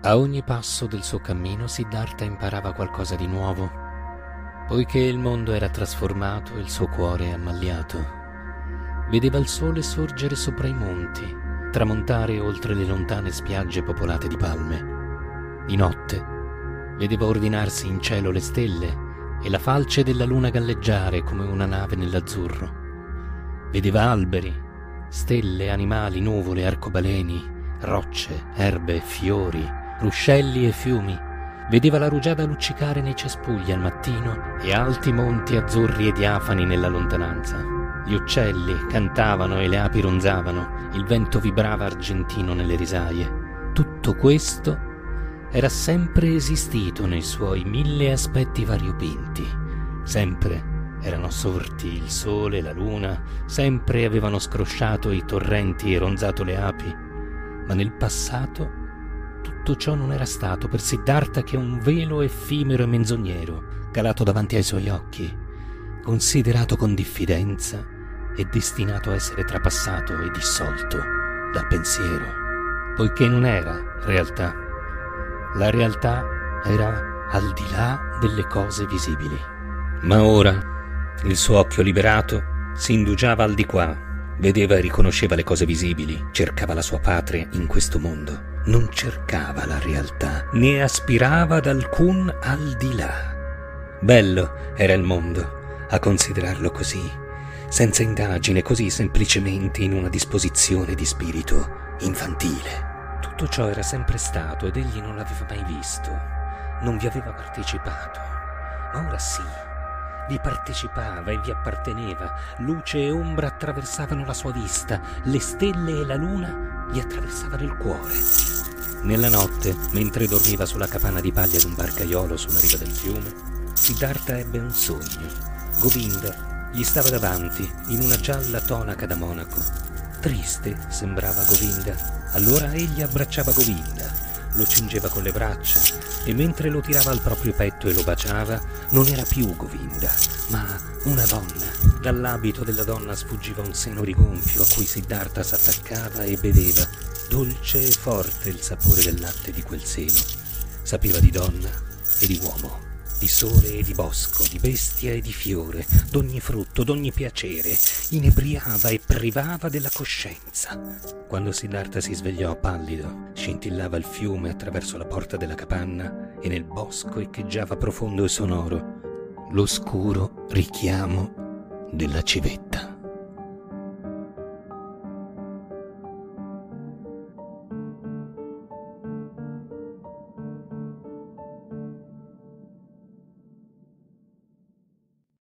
A ogni passo del suo cammino Siddhartha imparava qualcosa di nuovo, poiché il mondo era trasformato e il suo cuore ammaliato. Vedeva il sole sorgere sopra i monti, tramontare oltre le lontane spiagge popolate di palme. Di notte vedeva ordinarsi in cielo le stelle e la falce della luna galleggiare come una nave nell'azzurro. Vedeva alberi, stelle, animali, nuvole, arcobaleni, rocce, erbe, fiori, ruscelli e fiumi. Vedeva la rugiada luccicare nei cespugli al mattino e alti monti azzurri e diafani nella lontananza. Gli uccelli cantavano e le api ronzavano, il vento vibrava argentino nelle risaie. Tutto questo era sempre esistito nei suoi 1000 aspetti variopinti. Sempre erano sorti il sole e la luna, sempre avevano scrosciato i torrenti e ronzato le api. Ma nel passato tutto ciò non era stato per Siddhartha che un velo effimero e menzognero, calato davanti ai suoi occhi, considerato con diffidenza e destinato a essere trapassato e dissolto dal pensiero, poiché non era realtà. La realtà era al di là delle cose visibili. Ma ora il suo occhio liberato si indugiava al di qua, vedeva e riconosceva le cose visibili, cercava la sua patria in questo mondo. Non cercava la realtà, né aspirava ad alcun al di là. Bello era il mondo, a considerarlo così, senza indagine, così semplicemente in una disposizione di spirito infantile. Tutto ciò era sempre stato ed egli non l'aveva mai visto, non vi aveva partecipato, ma ora sì. Vi partecipava e vi apparteneva. Luce e ombra attraversavano la sua vista, le stelle e la luna gli attraversavano il cuore. Nella notte, mentre dormiva sulla capanna di paglia d'un barcaiolo sulla riva del fiume, Siddhartha ebbe un sogno. Govinda gli stava davanti in una gialla tonaca da monaco. Triste sembrava Govinda. Allora egli abbracciava Govinda, lo cingeva con le braccia e mentre lo tirava al proprio petto e lo baciava, non era più Govinda, ma una donna. Dall'abito della donna sfuggiva un seno rigonfio a cui Siddhartha s'attaccava e beveva. Dolce e forte il sapore del latte di quel seno. Sapeva di donna e di uomo, di sole e di bosco, di bestia e di fiore, d'ogni frutto, d'ogni piacere. Inebriava e privava della coscienza. Quando Siddhartha si svegliò pallido, scintillava il fiume attraverso la porta della capanna e nel bosco echeggiava profondo e sonoro l'oscuro richiamo della civetta.